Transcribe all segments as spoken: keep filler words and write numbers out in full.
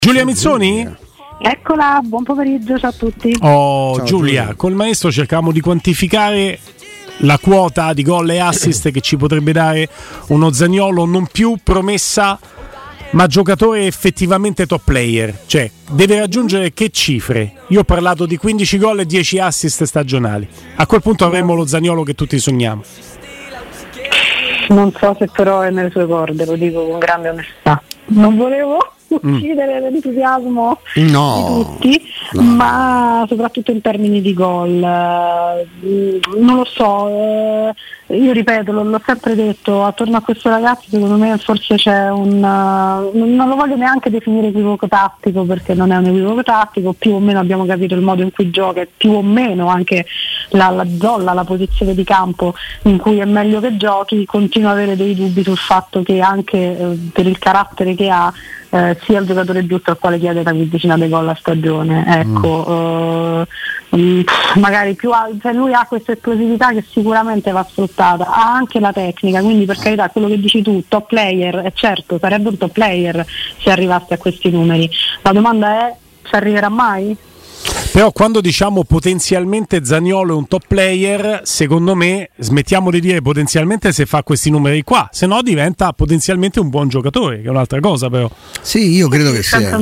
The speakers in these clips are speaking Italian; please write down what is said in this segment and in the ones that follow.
Giulia Mizzoni? Eccola, buon pomeriggio, ciao a tutti. Oh, Ciao, Giulia, Giulia. col maestro cercavamo di quantificare la quota di gol e assist che ci potrebbe dare uno Zaniolo non più promessa, ma giocatore effettivamente top player. Cioè, deve raggiungere che cifre? Io ho parlato di quindici gol e dieci assist stagionali. A quel punto avremo lo Zaniolo che tutti sogniamo. Non so se però è nelle sue corde, lo dico con grande onestà. Non volevo uccidere mm. l'entusiasmo no, di tutti, no. ma soprattutto in termini di gol. Non lo so, io ripeto, l'ho sempre detto, attorno a questo ragazzo secondo me forse c'è un... non lo voglio neanche definire equivoco tattico, perché non è un equivoco tattico, più o meno abbiamo capito il modo in cui gioca e più o meno anche la, la zolla, la posizione di campo in cui è meglio che giochi. Continuo ad avere dei dubbi sul fatto che anche eh, per il carattere che ha eh, sia il giocatore giusto al quale chiede una quindicina di gol a stagione, ecco. mm. eh, magari più ha, cioè lui ha questa esplosività che sicuramente va sfruttata, ha anche la tecnica, quindi per carità quello che dici tu, top player, e certo sarebbe un top player se arrivasse a questi numeri. La domanda è: ci arriverà mai? Però quando diciamo potenzialmente Zaniolo è un top player, secondo me smettiamo di dire potenzialmente se fa questi numeri qua, se no diventa potenzialmente un buon giocatore, che è un'altra cosa. Però sì, io credo che sia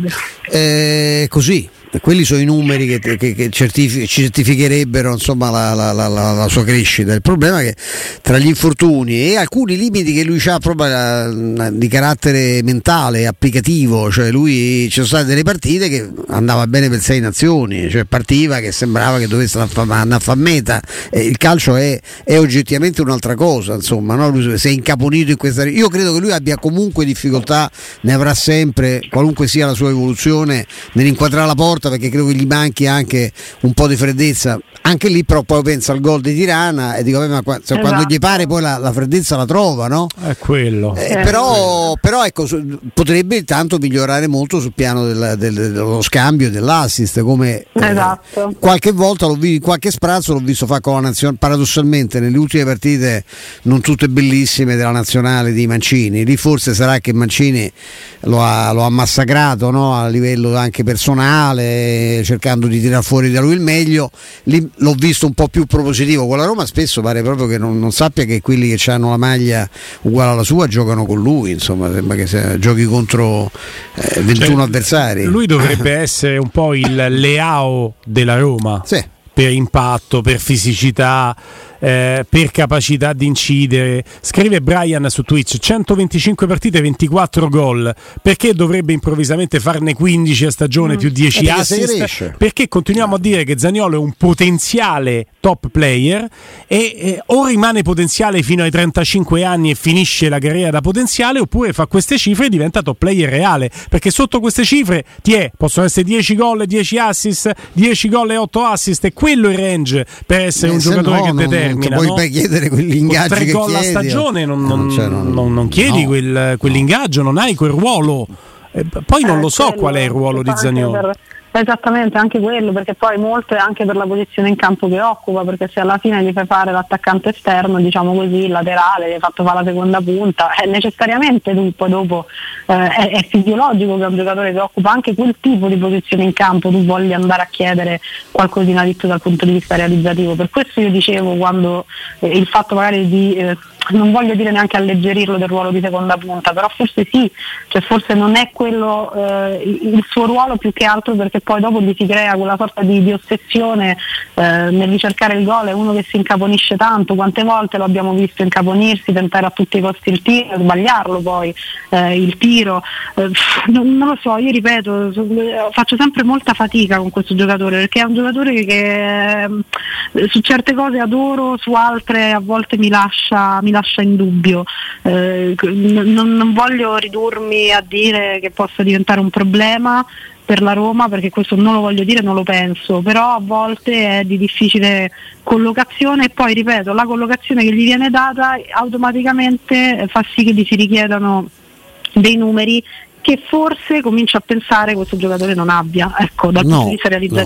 eh, così. Quelli sono i numeri che, che, che certific- certificherebbero insomma la, la, la, la sua crescita. Il problema è che tra gli infortuni e alcuni limiti che lui ha proprio la, di carattere mentale, applicativo, cioè lui ci sono state delle partite che andava bene per sei nazioni, cioè partiva che sembrava che dovesse andare a fare meta. Eh, il calcio è, è oggettivamente un'altra cosa, insomma, no? Lui si è incaponito in questa. Io credo che lui abbia comunque difficoltà, ne avrà sempre, qualunque sia la sua evoluzione, nell'inquadrare la porta, perché credo che gli manchi anche un po' di freddezza. Anche lì però poi pensa al gol di Tirana e dico, ma qua, esatto. Quando gli pare poi la, la freddezza la trova, no? È quello. Eh, eh, però, però ecco, potrebbe intanto migliorare molto sul piano del, del, dello scambio e dell'assist, come esatto. eh, qualche volta l'ho visto, qualche sprazzo l'ho visto fare con la nazionale, paradossalmente nelle ultime partite non tutte bellissime della nazionale di Mancini. Lì forse sarà che Mancini lo ha, lo ha massacrato, no? A livello anche personale, cercando di tirar fuori da lui il meglio. Lì l'ho visto un po' più propositivo. Con la Roma spesso pare proprio che non, non sappia che quelli che hanno la maglia uguale alla sua giocano con lui, insomma sembra che se, giochi contro eh, ventuno cioè, avversari. Lui dovrebbe essere un po' il Leao della Roma, sì. Per impatto, per fisicità, eh, per capacità di incidere. Scrive Brian su Twitch: centoventicinque partite, ventiquattro gol. Perché dovrebbe improvvisamente farne quindici a stagione mm. più dieci eh, assist? Perché continuiamo a dire che Zaniolo è un potenziale top player e eh, o rimane potenziale fino ai trentacinque anni e finisce la carriera da potenziale, oppure fa queste cifre e diventa top player reale, perché sotto queste cifre ti è, possono essere dieci gol e dieci assist, dieci gol e otto assist, e quello è il range per essere eh, un giocatore no, che non, determina, non no? puoi chiedere quell'ingaggio tre che gol a chiedi, stagione non, eh, non, cioè, non, non, non chiedi no, quel, quell'ingaggio, non hai quel ruolo. Eh, poi non eh, lo so quello, qual è il ruolo di Zaniolo. Per, esattamente, anche quello, perché poi molto è anche per la posizione in campo che occupa, perché se alla fine gli fai fare l'attaccante esterno, diciamo così, il laterale, gli hai fatto fare la seconda punta, è necessariamente dopo, dopo eh, è, è fisiologico che un giocatore che occupa anche quel tipo di posizione in campo tu voglia andare a chiedere qualcosina di più dal punto di vista realizzativo. Per questo io dicevo, quando eh, il fatto magari di eh, non voglio dire neanche alleggerirlo del ruolo di seconda punta, però forse sì, cioè forse non è quello eh, il suo ruolo, più che altro perché poi dopo gli si crea quella sorta di, di ossessione eh, nel ricercare il gol. È uno che si incaponisce tanto, quante volte lo abbiamo visto incaponirsi, tentare a tutti i costi il tiro, sbagliarlo poi eh, il tiro, eh, non, non lo so, io ripeto, faccio sempre molta fatica con questo giocatore, perché è un giocatore che, che eh, su certe cose adoro, su altre a volte mi lascia, mi lascia in dubbio. Eh, non, non voglio ridurmi a dire che possa diventare un problema per la Roma, perché questo non lo voglio dire, non lo penso, però a volte è di difficile collocazione, e poi ripeto, la collocazione che gli viene data automaticamente fa sì che gli si richiedano dei numeri che forse comincio a pensare questo giocatore non abbia, ecco, dal no, punto di vista realizzativo. No.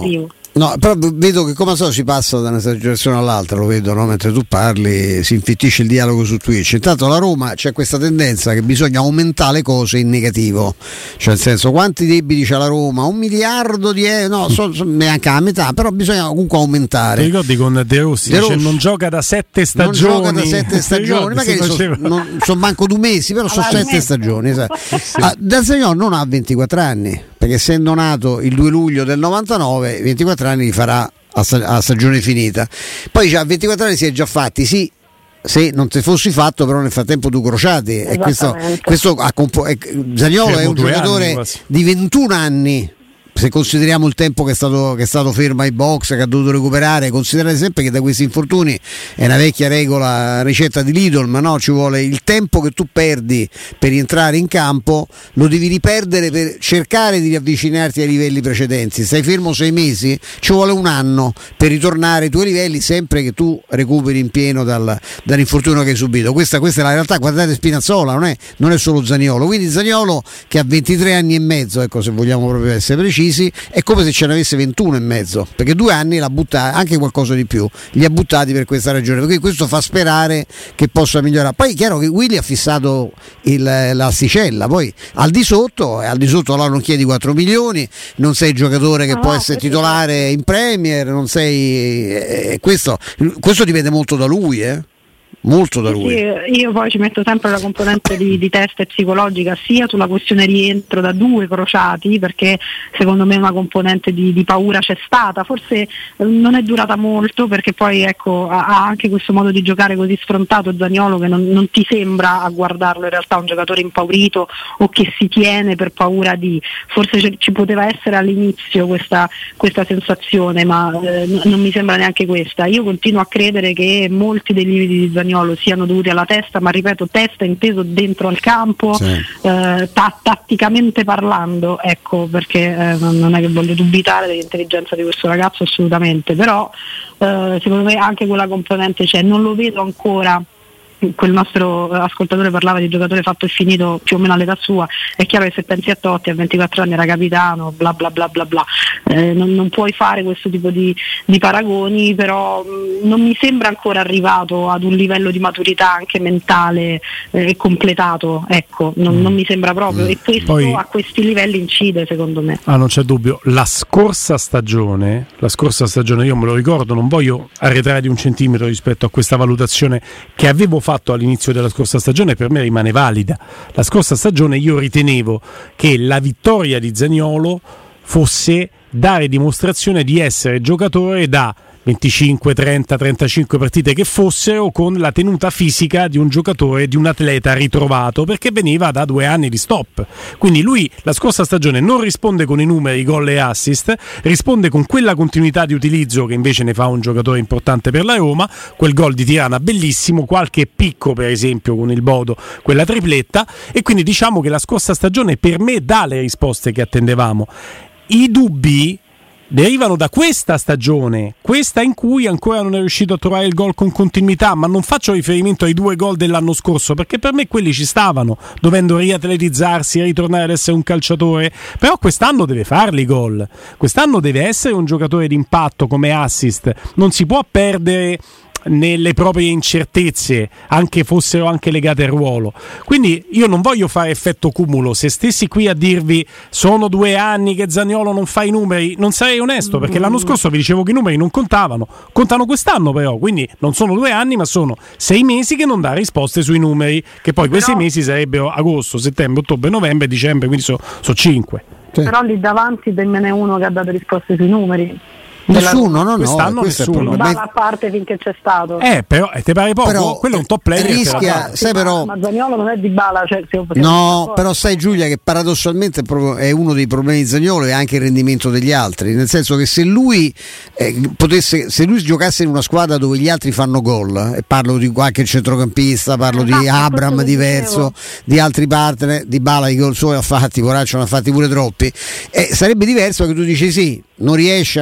No, però vedo che come al solito si passa da una situazione all'altra, lo vedo, no? Mentre tu parli si infittisce il dialogo su Twitch. Intanto la Roma c'è questa tendenza che bisogna aumentare le cose in negativo, cioè nel senso, quanti debiti c'ha la Roma? Un miliardo di euro, no, so, so, neanche a metà, però bisogna comunque aumentare. Ti ricordi con De Rossi? De Rossi dice, non gioca da sette stagioni, non gioca da sette stagioni, magari sono so, so manco due mesi, però sono sette stagioni, esatto. Sì. Ah, Del Zaniolo non ha ventiquattro anni, perché essendo nato il due luglio del novantanove, ventiquattro anni li farà a, a stagione finita. Poi già a ventiquattro anni si è già fatti, sì, se non ti fossi fatto, però nel frattempo tu crociati, e questo, questo ha compo- è, Zaniolo è un giocatore di ventuno anni. Se consideriamo il tempo che è stato, che è stato fermo ai box, che ha dovuto recuperare, considerate sempre che da questi infortuni è una vecchia regola, ricetta di Lidl, ma no, ci vuole il tempo che tu perdi per rientrare in campo, lo devi riperdere per cercare di riavvicinarti ai livelli precedenti. Stai fermo sei mesi, ci vuole un anno per ritornare ai tuoi livelli, sempre che tu recuperi in pieno dal, dall'infortunio che hai subito. Questa, questa è la realtà. Guardate Spinazzola, non è, non è solo Zaniolo, quindi Zaniolo che ha ventitré anni e mezzo, ecco, se vogliamo proprio essere precisi, è come se ce ne avesse ventuno e mezzo, perché due anni l'ha buttata, anche qualcosa di più li ha buttati per questa ragione, quindi questo fa sperare che possa migliorare. Poi è chiaro che Willy ha fissato il, l'asticella, poi al di sotto al di sotto allora non chiedi quattro milioni, non sei giocatore che no, può essere titolare in Premier, non sei eh, questo, questo dipende molto da lui, eh molto da lui. Sì, io poi ci metto sempre la componente di, di testa e psicologica, sia sulla questione rientro da due crociati, perché secondo me una componente di, di paura c'è stata, forse non è durata molto, perché poi ecco ha, ha anche questo modo di giocare così sfrontato Zaniolo che non, non ti sembra a guardarlo in realtà un giocatore impaurito o che si tiene per paura di, forse c- ci poteva essere all'inizio questa, questa sensazione, ma eh, n- non mi sembra neanche questa. Io continuo a credere che molti dei limiti di Zaniolo siano dovuti alla testa, ma ripeto, testa inteso dentro al campo, sì. eh, t- tatticamente parlando, ecco, perché eh, non è che voglio dubitare dell'intelligenza di questo ragazzo assolutamente, però eh, secondo me anche quella componente c'è, non lo vedo ancora. Quel nostro ascoltatore parlava di giocatore fatto e finito più o meno all'età sua, è chiaro che se pensi a Totti a ventiquattro anni era capitano, bla bla bla bla bla, eh, non, non puoi fare questo tipo di, di paragoni, però mh, non mi sembra ancora arrivato ad un livello di maturità anche mentale e eh, completato, ecco, non, mm. non mi sembra proprio, mm. e questo Poi, a questi livelli incide secondo me. Ah, non c'è dubbio, la scorsa stagione, la scorsa stagione io me lo ricordo, non voglio arretrare di un centimetro rispetto a questa valutazione che avevo fatto fatto all'inizio della scorsa stagione, per me rimane valida. La scorsa stagione io ritenevo che la vittoria di Zaniolo fosse dare dimostrazione di essere giocatore da venticinque, trenta, trentacinque partite che fossero, con la tenuta fisica di un giocatore, di un atleta ritrovato, perché veniva da due anni di stop. Quindi lui la scorsa stagione non risponde con i numeri, gol e assist, risponde con quella continuità di utilizzo che invece ne fa un giocatore importante per la Roma, quel gol di Tirana bellissimo, qualche picco per esempio con il Bodo, quella tripletta, e quindi diciamo che la scorsa stagione per me dà le risposte che attendevamo. I dubbi derivano da questa stagione, questa in cui ancora non è riuscito a trovare il gol con continuità, ma non faccio riferimento ai due gol dell'anno scorso, perché per me quelli ci stavano, dovendo riatletizzarsi, ritornare ad essere un calciatore, però quest'anno deve farli i gol, quest'anno deve essere un giocatore d'impatto come assist, non si può perdere nelle proprie incertezze, anche fossero anche legate al ruolo. Quindi io non voglio fare effetto cumulo, se stessi qui a dirvi sono due anni che Zaniolo non fa i numeri non sarei onesto, perché l'anno scorso vi dicevo che i numeri non contavano, contano quest'anno però, quindi non sono due anni ma sono sei mesi che non dà risposte sui numeri, che poi quei sei mesi sarebbero agosto, settembre, ottobre, novembre, dicembre, quindi sono so cinque. Sì. Però lì davanti dimmene uno che ha dato risposte sui numeri. Nessuno, no, no, quest'anno nessuno. Ma a parte finché c'è stato. Eh, però eh, te pare poco? Però, quello è un top player. Rischia, sai, però, ma Zaniolo non è Dybala, cioè, no, però sai Giulia che paradossalmente è, proprio, è uno dei problemi di Zaniolo e anche il rendimento degli altri, nel senso che se lui eh, potesse, se lui giocasse in una squadra dove gli altri fanno gol, e parlo di qualche centrocampista, parlo esatto, di Abram diverso, di altri partner, Dybala i gol suoi ha fatti, poraccio ne ha fatti pure troppi, eh, sarebbe diverso che tu dici sì, non riesce a inquadrare la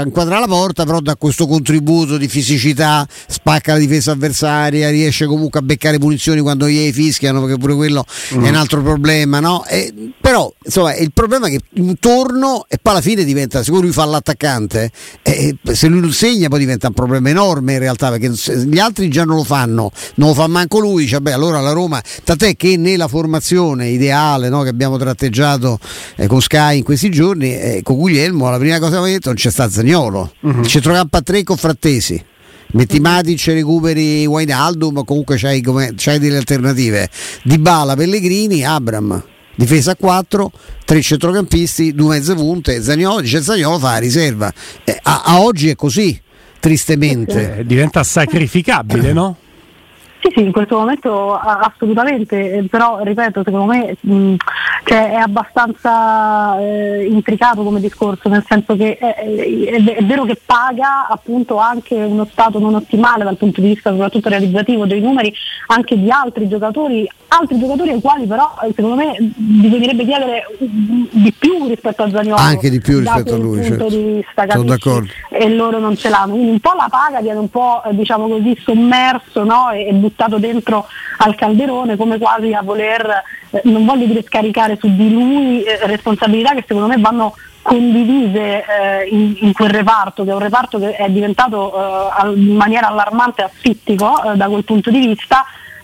porta, però dà questo contributo di fisicità, spacca la difesa avversaria, riesce comunque a beccare punizioni quando gli fischiano, perché pure quello mm. è un altro problema, no? E, però insomma il problema è che intorno e poi alla fine diventa, se lui fa l'attaccante, eh, se lui non segna poi diventa un problema enorme in realtà, perché gli altri già non lo fanno, non lo fa manco lui, cioè, beh, allora la Roma, tant'è che nella formazione ideale, no, che abbiamo tratteggiato eh, con Sky in questi giorni, eh, con Guglielmo la prima cosa che avevo detto, non c'è sta Zaniolo, uh-huh. il centrocampo a tre con Frattesi, metti Matic, recuperi Wijnaldum, comunque c'hai, come, c'hai delle alternative, Dybala, Pellegrini, Abram, difesa a quattro, tre centrocampisti, due mezze punte, Zaniolo, dice Zaniolo fa la riserva, eh, a, a oggi è così, tristemente. Eh, diventa sacrificabile, no? Sì, sì, in questo momento assolutamente, però ripeto, secondo me mh, cioè, è abbastanza eh, intricato come discorso, nel senso che è, è, è vero che paga appunto anche uno stato non ottimale dal punto di vista soprattutto realizzativo dei numeri anche di altri giocatori, altri giocatori ai quali però secondo me bisognerebbe chiedere di più rispetto a Zaniolo, anche di più rispetto a lui, certo. Di vista, sono d'accordo. E loro non ce l'hanno, quindi un po' la paga viene un po' diciamo così sommerso, no? e, e buttato dentro al calderone, come quasi a voler, eh, non voglio dire scaricare su di lui eh, responsabilità che secondo me vanno condivise eh, in, in quel reparto, che è un reparto che è diventato eh, in maniera allarmante asfittico eh, da quel punto di vista.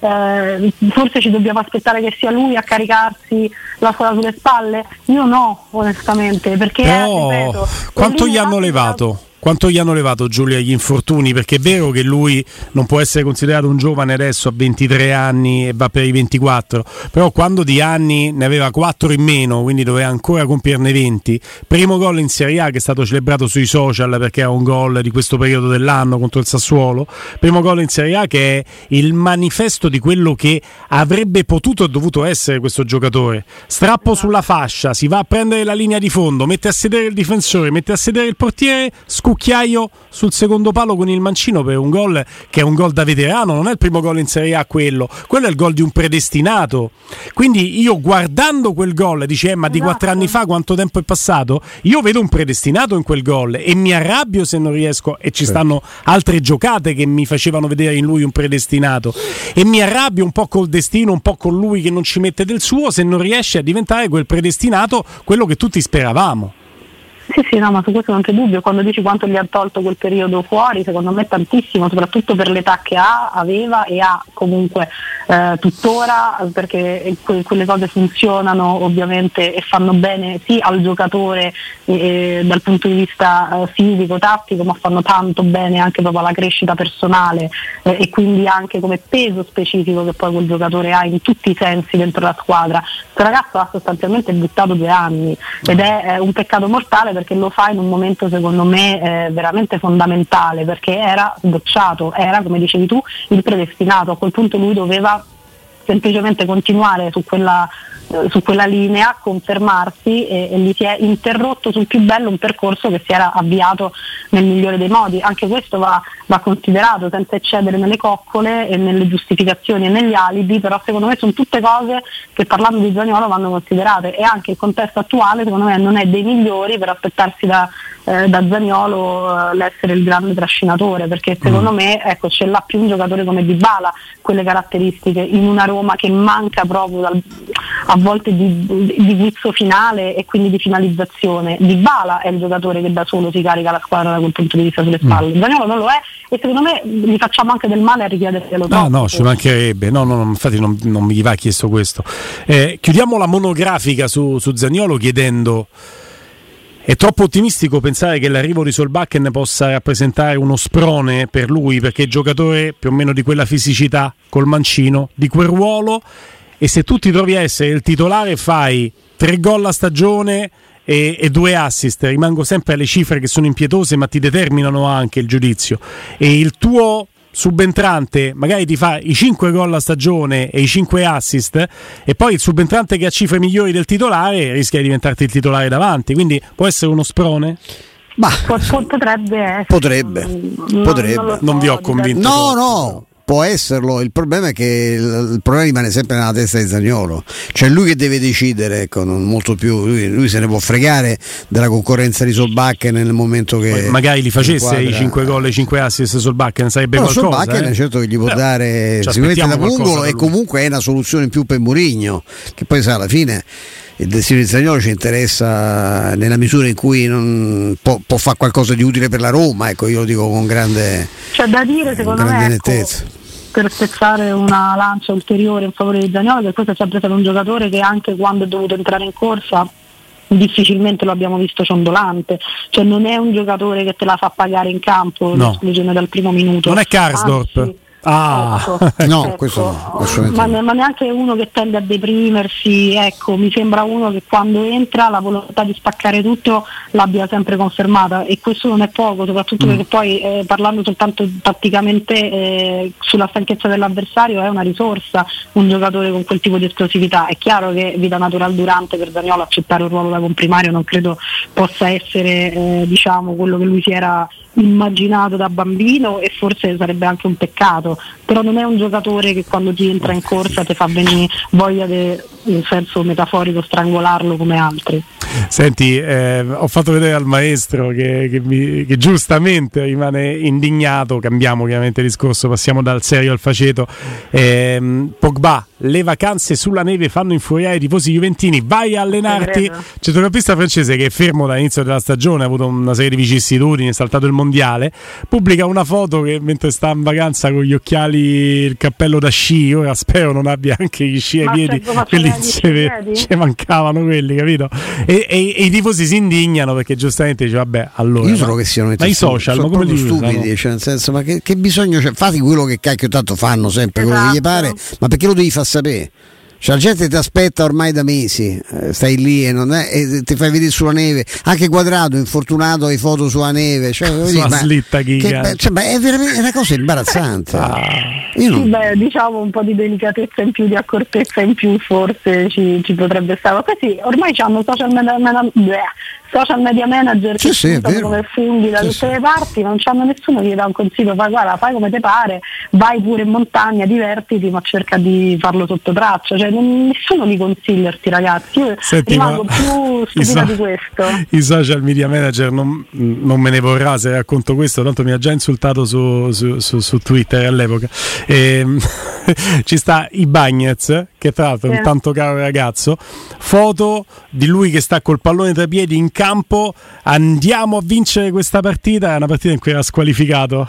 Eh, forse ci dobbiamo aspettare che sia lui a caricarsi la squadra sulle spalle? Io no, onestamente, perché però, eh, ripeto, quanto gli hanno levato? Quanto gli hanno levato, Giulia, gli infortuni? Perché è vero che lui non può essere considerato un giovane adesso a ventitré anni e va per i ventiquattro, però quando di anni ne aveva quattro in meno, quindi doveva ancora compierne venti. Primo gol in Serie A che è stato celebrato sui social perché è un gol di questo periodo dell'anno contro il Sassuolo. Primo gol in Serie A che è il manifesto di quello che avrebbe potuto e dovuto essere questo giocatore. Strappo sulla fascia, si va a prendere la linea di fondo, mette a sedere il difensore, mette a sedere il portiere, scu- Cucchiaio sul secondo palo con il mancino per un gol che è un gol da veterano, non è il primo gol in Serie A quello, quello è il gol di un predestinato. Quindi io guardando quel gol dice eh, ma di quattro anni fa quanto tempo è passato? Io vedo un predestinato in quel gol e mi arrabbio se non riesco, e ci stanno altre giocate che mi facevano vedere in lui un predestinato, e mi arrabbio un po' col destino, un po' con lui che non ci mette del suo se non riesce a diventare quel predestinato, quello che tutti speravamo. Sì, sì, no, ma su questo non c'è dubbio. Quando dici quanto gli ha tolto quel periodo fuori, secondo me tantissimo, soprattutto per l'età che ha, aveva e ha comunque eh, tuttora, perché que- quelle cose funzionano ovviamente e fanno bene sì al giocatore eh, dal punto di vista eh, fisico, tattico, ma fanno tanto bene anche proprio alla crescita personale eh, e quindi anche come peso specifico che poi quel giocatore ha in tutti i sensi dentro la squadra. Questo ragazzo ha sostanzialmente buttato due anni ed è eh, un peccato mortale, perché lo fa in un momento secondo me eh, veramente fondamentale, perché era bocciato, era come dicevi tu il predestinato. A quel punto lui doveva semplicemente continuare su quella, eh, su quella linea, confermarsi e, e gli si è interrotto sul più bello un percorso che si era avviato nel migliore dei modi. Anche questo va, va considerato senza eccedere nelle coccole e nelle giustificazioni e negli alibi, però secondo me sono tutte cose che parlando di Zaniolo vanno considerate, e anche il contesto attuale secondo me non è dei migliori per aspettarsi da, eh, da Zaniolo eh, l'essere il grande trascinatore, perché secondo mm. me ecco, ce l'ha più un giocatore come Dybala quelle caratteristiche in una Roma che manca proprio dal, a volte di, di, di guizzo finale e quindi di finalizzazione. Dybala è il giocatore che da solo si carica la squadra da quel punto di vista sulle spalle, mm. Zaniolo non lo è, e secondo me gli facciamo anche del male a richiederselo troppo. No, no, ci mancherebbe, no, no, no, infatti non, non mi va chiesto questo. Eh, chiudiamo la monografica su, su Zaniolo chiedendo: è troppo ottimistico pensare che l'arrivo di Solbakken possa rappresentare uno sprone per lui, perché è giocatore più o meno di quella fisicità, col mancino, di quel ruolo, e se tu ti trovi a essere il titolare fai tre gol a stagione e, e due assist, rimango sempre alle cifre che sono impietose ma ti determinano anche il giudizio, e il tuo subentrante magari ti fa i cinque gol a stagione e i cinque assist, e poi il subentrante che ha cifre migliori del titolare rischia di diventarti il titolare davanti, quindi può essere uno sprone? Bah, potrebbe essere. Potrebbe, non, potrebbe. Non, non vi ho convinto. No, no. può esserlo, il problema è che il, il problema rimane sempre nella testa di Zaniolo, cioè lui che deve decidere, ecco, non molto più, lui, lui se ne può fregare della concorrenza di Solbakken nel momento che poi magari li facesse i cinque gol e i cinque assist Solbakken, sarebbe no, qualcosa. Solbakken eh? certo che gli può Beh, dare sicuramente da pungolo e comunque è una soluzione in più per Mourinho, che poi sa alla fine il destino di Zaniolo ci interessa nella misura in cui non può, può fare qualcosa di utile per la Roma, ecco, io lo dico con grande, c'è da dire secondo me, nettezza. Ecco, per spezzare una lancia ulteriore in favore di Zaniolo, che questo è sempre stato un giocatore che anche quando è dovuto entrare in corsa difficilmente lo abbiamo visto ciondolante, cioè non è un giocatore che te la fa pagare in campo, no. l'esclusione dal primo minuto, non è Karsdorp. Anzi, Ah, ecco, no, ecco, questo no, ma, ma neanche uno che tende a deprimersi, ecco, mi sembra uno che quando entra la volontà di spaccare tutto l'abbia sempre confermata, e questo non è poco, soprattutto mm. perché poi eh, parlando soltanto tatticamente eh, sulla stanchezza dell'avversario è una risorsa un giocatore con quel tipo di esplosività. È chiaro che vita natural durante per Zaniolo accettare un ruolo da comprimario non credo possa essere eh, diciamo quello che lui si era immaginato da bambino, e forse sarebbe anche un peccato, però non è un giocatore che quando ti entra in corsa ti fa venire voglia di, in senso metaforico, strangolarlo come altri. Senti, eh, ho fatto vedere al maestro che, che, mi, che giustamente rimane indignato. Cambiamo chiaramente il discorso, passiamo dal serio al faceto. eh, Pogba, le vacanze sulla neve fanno infuriare i tifosi juventini, vai a allenarti. Centrocampista francese che è fermo dall'inizio della stagione, ha avuto una serie di vicissitudini, è saltato il mondiale, pubblica una foto che mentre sta in vacanza con gli occhiali, il cappello da sci, ora spero non abbia anche gli sci ai piedi, quelli ci mancavano quelli, capito? E, e, e i tifosi si indignano perché giustamente dice vabbè, allora io sono che siano ma i social, sono ma come li stupidi, cioè nel senso, ma che, che bisogno c'è? Fate quello che cacchio tanto fanno sempre, esatto, quello che gli pare, ma perché lo devi far sapere? Cioè la gente ti aspetta ormai da mesi, eh, stai lì e, non è, e ti fai vedere sulla neve, anche Quadrato infortunato hai foto sulla neve, cioè, sulla dire, ma, slitta che, cioè, ma è veramente una cosa imbarazzante. ah. Io non... Beh, diciamo un po' di delicatezza in più, di accortezza in più forse ci, ci potrebbe stare, ma questi ormai hanno social media, media, social media manager che sì, spuntano come funghi da sì, tutte sì. le parti, non c'hanno nessuno che gli dà un consiglio, fai guarda, fai come te pare, vai pure in montagna, divertiti, ma cerca di farlo sotto traccia, cioè non, nessuno li consiglia sti ragazzi. Io Senti, rimango più stupida so- di questo. I social media manager non, non me ne vorrà se racconto questo, tanto mi ha già insultato su, su, su, su Twitter all'epoca. E, ci sta Ibañez, che tra l'altro è un tanto caro ragazzo, foto di lui che sta col pallone tra i piedi in campo, andiamo a vincere questa partita, è una partita in cui era squalificato.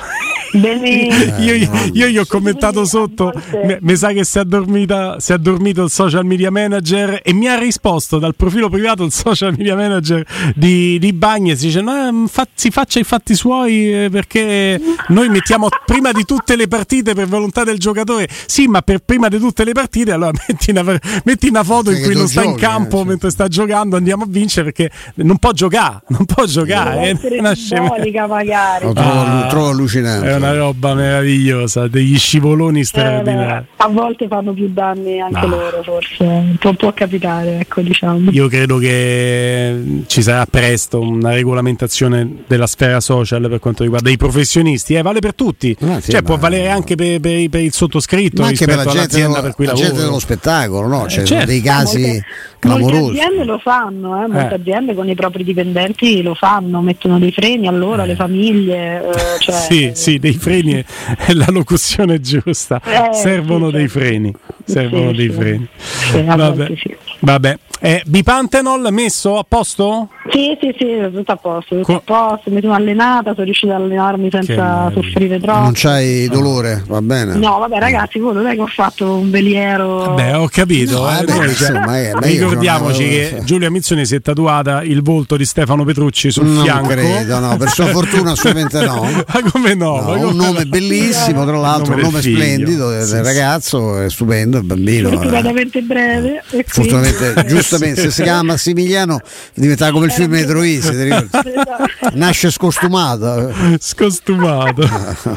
io, io, io gli ho commentato sotto, mi sa che si è addormita, si è addormito il social media manager, e mi ha risposto dal profilo privato il social media manager di, di Ibañez, dice no, si faccia i fatti suoi, eh, perché noi mettiamo prima di tutte le partite per volontà del giocatore. Sì, ma per prima di tutte le partite allora metti una, metti una foto in cui non sta in campo, eh, mentre sta giocando, andiamo a vincere, perché non può giocare, non può giocare, è una simbolica magari. Lo trovo, ah, trovo allucinante. È una roba meravigliosa, degli scivoloni straordinari. Eh, a volte fanno più danni anche ah. loro, forse può, può capitare, ecco, diciamo. Io credo che ci sarà presto una regolamentazione della sfera social per quanto riguarda i professionisti, eh, vale per tutti, ah, sì, cioè può valere anche per, per, per il sottoscritto, ma rispetto anche per la gente, all'azienda per cui la lavoro. gente dello spettacolo, no? C'è, eh, certo, dei casi molte, clamorosi. Molte aziende lo fanno, eh, molte eh. aziende con i propri dipendenti lo fanno, mettono dei freni allora alle famiglie, eh, cioè, sì, sì, dei freni è la locuzione giusta, eh, servono sì, dei certo. freni, servono sì, dei sì. freni. Sì, vabbè, sì. vabbè. Eh, Bipantenol messo a posto? Sì, sì, sì, tutto a posto, tutto Co- a posto, mi sono allenata, sono riuscita ad allenarmi senza soffrire troppo. Non c'hai dolore, va bene? No, vabbè ragazzi, voi non è che ho fatto un veliero. Beh, ho capito. No, eh, vabbè, noi, insomma, eh, beh, ricordiamoci io che sono... Giulia Mizzoni si è tatuata il volto di Stefano Petrucci sul non fianco. Non credo, no, per sua fortuna assolutamente no. Ma come no? no Ma come un nome no? bellissimo, tra l'altro, un nome splendido del sì, ragazzo, è stupendo, il bambino. Fortunatamente breve. Fortunatamente, giustamente, se si chiama Massimiliano diventava come il film di Troisi, ti ricordi? Nasce scostumato. Scostumato.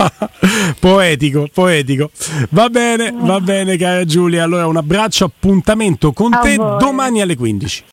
Poetico, poetico. Va bene, va bene cara Giulia, allora un abbraccio, appuntamento con te domani alle quindici.